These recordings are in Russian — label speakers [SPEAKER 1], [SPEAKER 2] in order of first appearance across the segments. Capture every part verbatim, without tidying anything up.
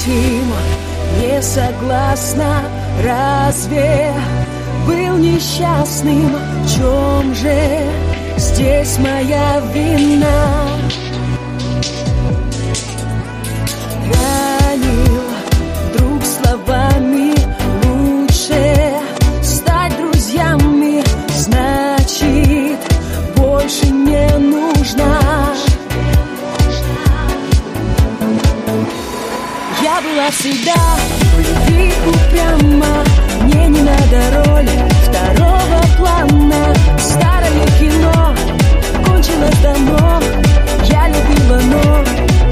[SPEAKER 1] этим не согласна. Разве был несчастным? В чем же здесь моя вина? Ранил друг словами, лучше стать друзьями, значит, больше не нужно. Я была всегда в любви упряма, мне не надо роли второго плана. Старое кино кончилось давно, я любила, но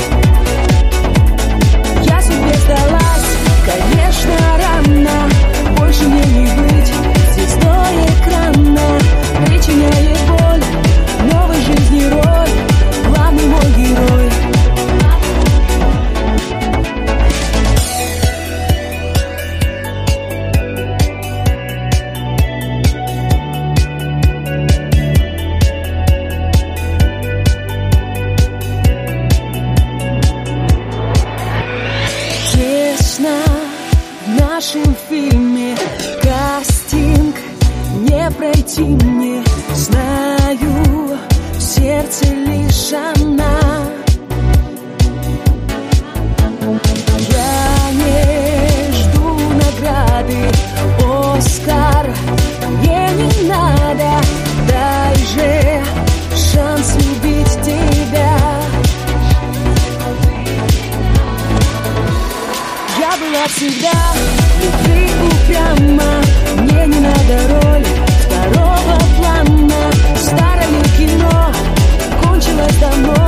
[SPEAKER 1] я судьбе сдалась, конечно, рано. Больше мне не быть звездой экрана, причиняет боль новой жизни роль, главный мой герой. В нашем фильме кастинг не пройти мне, знаю, в сердце лишь она. Я не жду награды Оскар, мне не надо, дай же шанс любить тебя. Я была всегда в любви упряма, мне не надо роли второго плана. Старое кино кончилось давно,